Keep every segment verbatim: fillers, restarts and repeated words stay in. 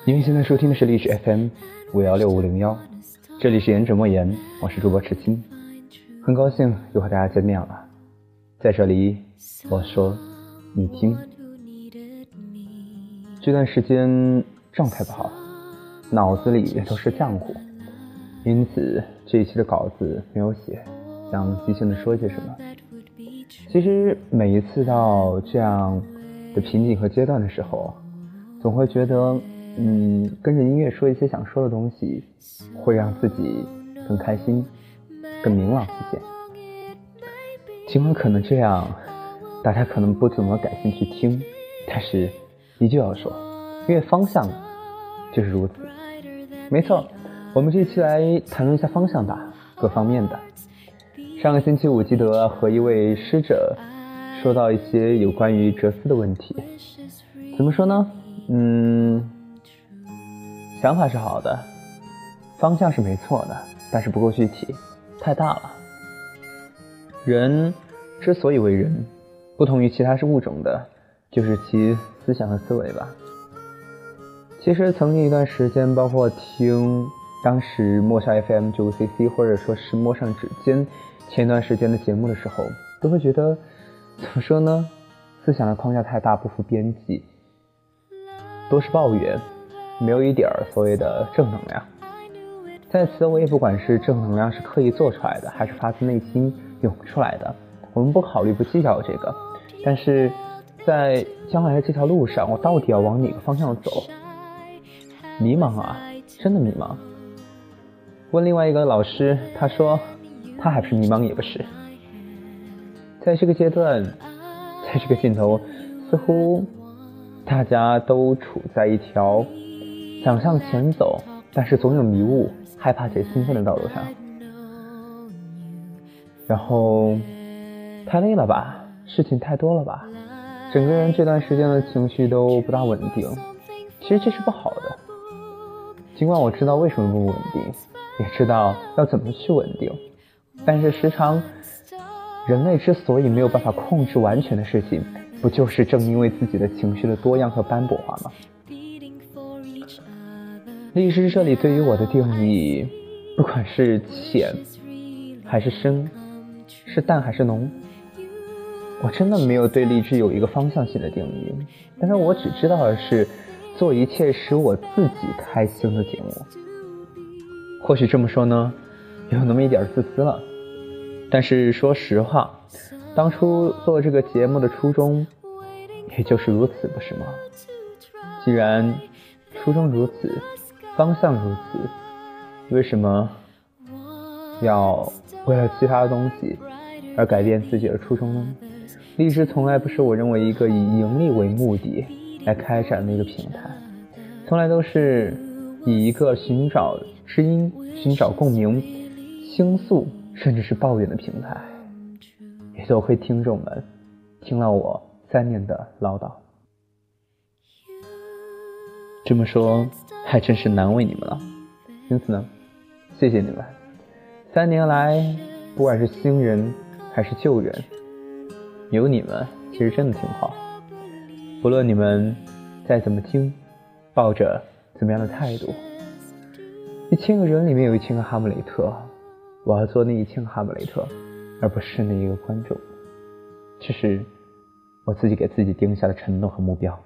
您现在收听的是荔枝 F M 五幺六五零幺，这里是言者莫言，我是主播池青，很高兴又和大家见面了。在这里我说你听。这段时间状态不好，脑子里都是浆糊，因此这一期的稿子没有写，想即兴的说些什么。其实每一次到这样的瓶颈和阶段的时候，总会觉得嗯，跟着音乐说一些想说的东西，会让自己更开心更明朗一些。尽管可能这样大家可能不怎么感兴趣听，但是依旧要说，因为方向就是如此。没错，我们这一期来谈论一下方向吧，各方面的。上个星期五记得和一位师者说到一些有关于哲思的问题。怎么说呢，嗯想法是好的，方向是没错的，但是不够具体，太大了。人之所以为人，不同于其他是物种的，就是其思想和思维吧。其实曾经一段时间，包括听当时陌上 F M 九五 C C 或者说是陌上指尖前一段时间的节目的时候，都会觉得怎么说呢，思想的框架太大，不符边际，都是抱怨，没有一点所谓的正能量。在此我也不管是正能量是刻意做出来的，还是发自内心涌出来的，我们不考虑不计较这个，但是在将来的这条路上，我到底要往哪个方向走，迷茫啊，真的迷茫。问另外一个老师，他说他还不是迷茫也不是。在这个阶段，在这个尽头，似乎大家都处在一条想向前走，但是总有迷雾，害怕且兴奋的道路上。然后太累了吧，事情太多了吧，整个人这段时间的情绪都不大稳定。其实这是不好的，尽管我知道为什么不稳定，也知道要怎么去稳定，但是时常人类之所以没有办法控制完全的事情，不就是正因为自己的情绪的多样和斑驳化吗？历史这里对于我的定义，不管是浅还是深，是淡还是浓，我真的没有对励志有一个方向性的定义，但是我只知道的是做一切使我自己开心的节目。或许这么说呢，有那么一点自私了，但是说实话，当初做这个节目的初衷也就是如此，不是吗？既然初衷如此，方向如此，为什么要为了其他的东西而改变自己的初衷呢？励志从来不是我认为一个以盈利为目的来开展的一个平台，从来都是以一个寻找知音、寻找共鸣、倾诉甚至是抱怨的平台。也多亏听众们听了我三年的唠叨，这么说还真是难为你们了，因此呢，谢谢你们。三年来，不管是新人还是旧人，有你们其实真的挺好。不论你们再怎么听，抱着怎么样的态度，一千个人里面有一千个哈姆雷特，我要做那一千个哈姆雷特，而不是那一个观众。这是我自己给自己定下的承诺和目标。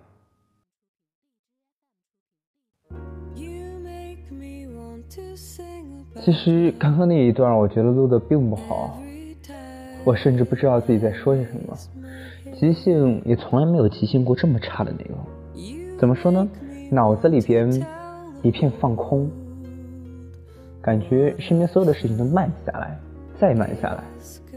其实刚刚那一段我觉得录的并不好，我甚至不知道自己在说些什么，即兴也从来没有即兴过这么差的内容。怎么说呢，脑子里边一片放空，感觉身边所有的事情都慢下来，再慢下来，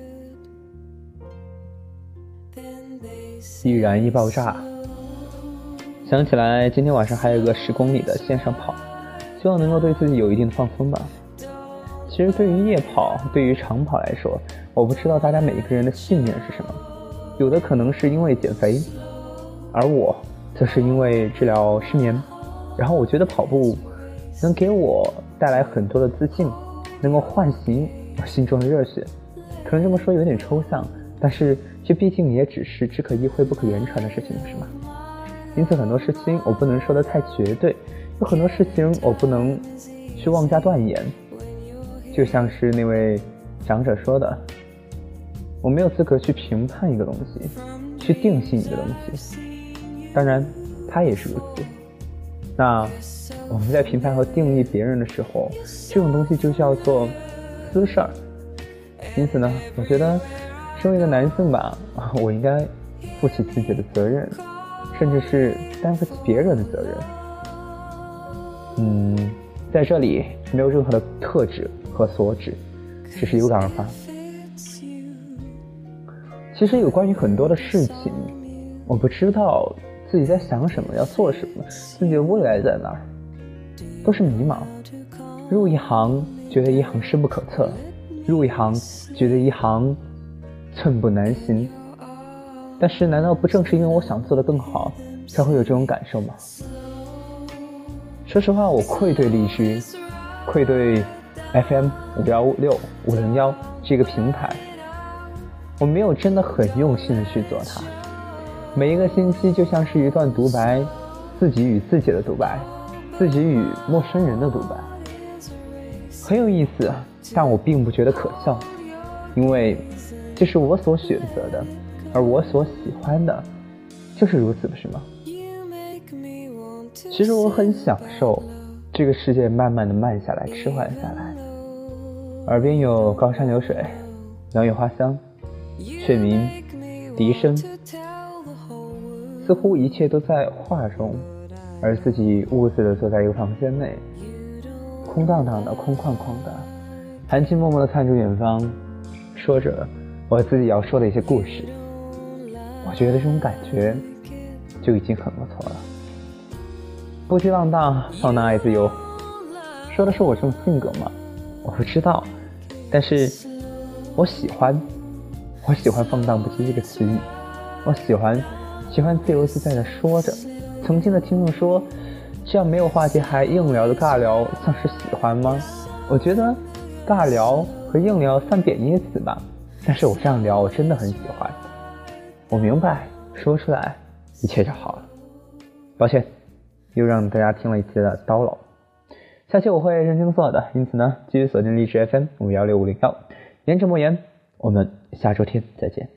易燃易爆炸。想起来今天晚上还有个十公里的线上跑，希望能够对自己有一定的放松吧。其实对于夜跑，对于长跑来说，我不知道大家每一个人的信念是什么，有的可能是因为减肥，而我则是因为治疗失眠。然后我觉得跑步能给我带来很多的自信，能够唤醒我心中的热血。可能这么说有点抽象，但是这毕竟也只是只可意会不可言传的事情，是吗？因此很多事情我不能说的太绝对， 有很多事情我不能去妄加断言，就像是那位长者说的，我没有资格去评判一个东西，去定性一个东西，当然他也是如此。那我们在评判和定义别人的时候，这种东西就叫做私事儿。因此呢，我觉得身为一个男性吧，我应该负起自己的责任，甚至是担负起别人的责任。嗯，在这里没有任何的特指和所指，只是有感而发。其实有关于很多的事情，我不知道自己在想什么，要做什么，自己的未来在哪儿，都是迷茫。入一行觉得一行深不可测，入一行觉得一行寸步难行，但是难道不正是因为我想做得更好，才会有这种感受吗？说实话，我愧对荔枝，愧对 F M 五一六五零一这个平台，我没有真的很用心的去做它。每一个星期就像是一段独白，自己与自己的独白，自己与陌生人的独白，很有意思，但我并不觉得可笑，因为这是我所选择的，而我所喜欢的就是如此，不是吗？其实我很享受这个世界慢慢的慢下来，迟缓下来，耳边有高山流水，鸟语花香，雀鸣笛声，似乎一切都在画中，而自己兀自的坐在一个房间内，空荡荡的，空旷旷的，含情脉脉的看着远方，说着我自己要说的一些故事。我觉得这种感觉就已经很不错了。不羁浪荡，放荡爱自由，说的是我这种性格吗？我不知道，但是我喜欢，我喜欢放荡不羁这个词语，我喜欢喜欢自由自在的说着。曾经的听众说，这样没有话题还硬聊的尬聊像是喜欢吗？我觉得尬聊和硬聊算贬义词吧，但是我这样聊我真的很喜欢。我明白，说出来一切就好了。抱歉，又让大家听了一次的叨唠，下期我会认真做的，因此呢，继续锁定荔枝 F M 五一六五零一，言者莫言，我们下周天再见。